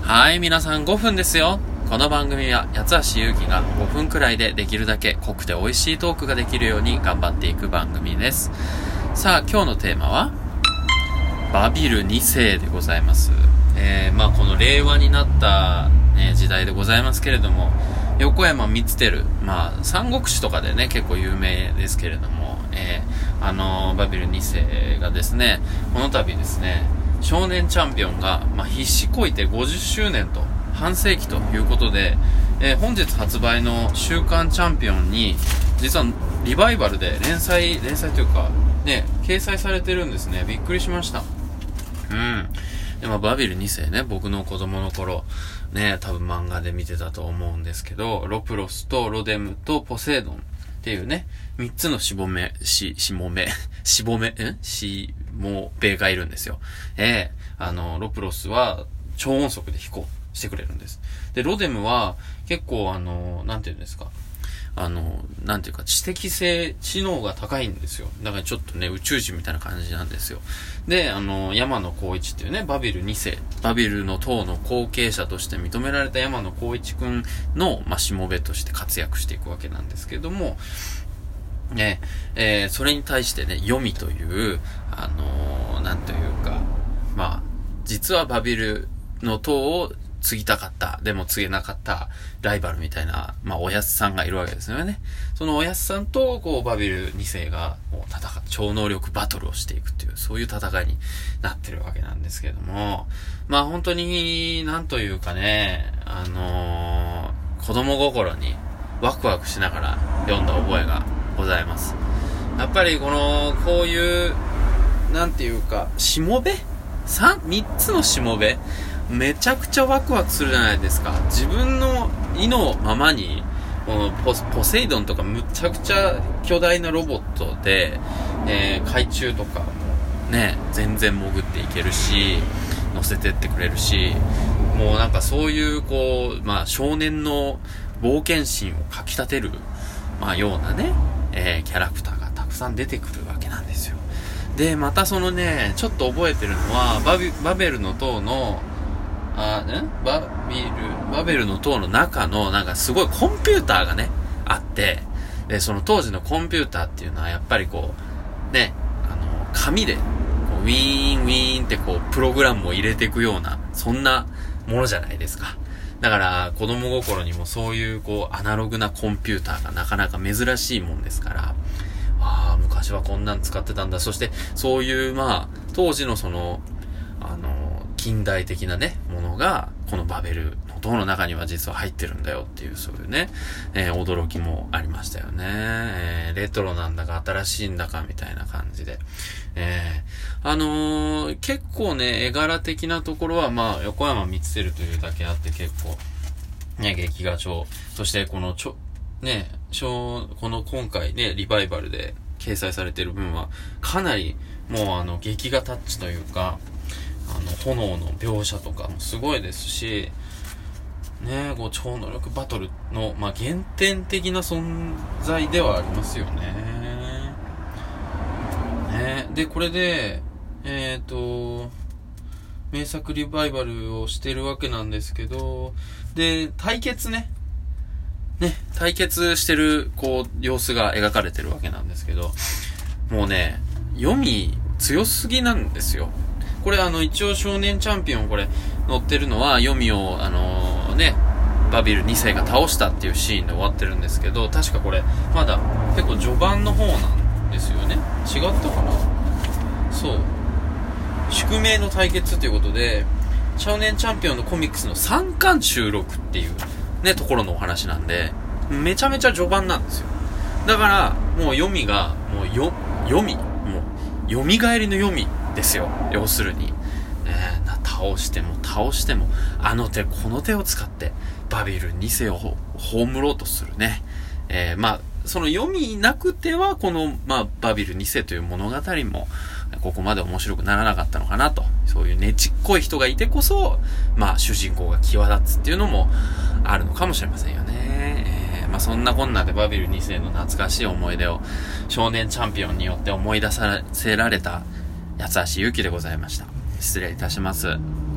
はい、皆さん5分ですよ。この番組は八橋ゆうきが5分くらいでできるだけ濃くて美味しいトークができるように頑張っていく番組です。さあ、今日のテーマはバビル2世でございます。この令和になった、時代でございますけれども、横山光輝、三国志とかでね結構有名ですけれども、バビル2世がですね、この度ですね、少年チャンピオンが、必死こいて50周年と半世紀ということで、本日発売の週刊チャンピオンに実はリバイバルで連載というかね掲載されてるんですね。びっくりしました。でバビル2世ね、僕の子供の頃ね、多分漫画で見てたと思うんですけど、ロプロスとロデムとポセイドンっていうね、3つのしもべがいるんですよ。ロプロスは超音速で飛行してくれるんです。で、ロデムは結構なんていうんですか、なんていうか知能が高いんですよ。だからちょっとね、宇宙人みたいな感じなんですよ。で、山野光一っていうね、バビル2世、バビルの塔の後継者として認められた山野光一くんの、しもべとして活躍していくわけなんですけども、ね、それに対してね、ヨミという、なんというか、実はバビルの塔を継ぎたかった、でも継げなかったライバルみたいな、おやつさんがいるわけですよね。そのおやつさんと、バビル2世が、超能力バトルをしていくっていう、そういう戦いになってるわけなんですけども、本当に、なんというかね、子供心にワクワクしながら読んだ覚えがございます。やっぱりこういう、なんていうか、しもべ ?3 つのしもべめちゃくちゃワクワクするじゃないですか。自分の意のままに、このポセイドンとかむちゃくちゃ巨大なロボットで、海中とかもね、全然潜っていけるし、乗せてってくれるし、もうなんかそういう少年の冒険心をかき立てる、ようなね、キャラクターがたくさん出てくるわけなんですよ。で、またそのね、ちょっと覚えてるのは、バベルの塔の、バベルの塔の中のなんかすごいコンピューターがねあって、でその当時のコンピューターっていうのはやっぱり紙でウィーンウィーンってプログラムを入れていくような、そんなものじゃないですか。だから子供心にもそういうアナログなコンピューターがなかなか珍しいもんですから、昔はこんなん使ってたんだ。そしてそういう当時の近代的なね、ものが、このバベルの塔の中には実は入ってるんだよっていう、そういうね、驚きもありましたよね。レトロなんだか新しいんだかみたいな感じで。結構ね、絵柄的なところは、横山光輝というだけあって結構、ね、劇画調。そしてこの今回ね、リバイバルで掲載されている分は、かなりもう劇画タッチというか、炎の描写とかもすごいですし、ね、超能力バトルの、原点的な存在ではありますよね。で、これで、名作リバイバルをしてるわけなんですけど、で、対決してる、様子が描かれてるわけなんですけど、もうね、ヨミ強すぎなんですよ。これ一応少年チャンピオン載ってるのは、ヨミをバビル2世が倒したっていうシーンで終わってるんですけど、確かこれまだ結構序盤の方なんですよね。違ったかな。そう、宿命の対決ということで、少年チャンピオンのコミックスの3巻収録っていうねところのお話なんで、めちゃめちゃ序盤なんですよ。だからもうヨミがもう蘇りのヨミですよ。要するに、倒してもあの手この手を使ってバビル2世を葬ろうとするね。その読みなくてはこの、バビル2世という物語もここまで面白くならなかったのかなと。そういうねちっこい人がいてこそ、主人公が際立つっていうのもあるのかもしれませんよね。そんなこんなでバビル2世の懐かしい思い出を少年チャンピオンによって思い出させられた八橋ゆうきでございました。失礼いたします。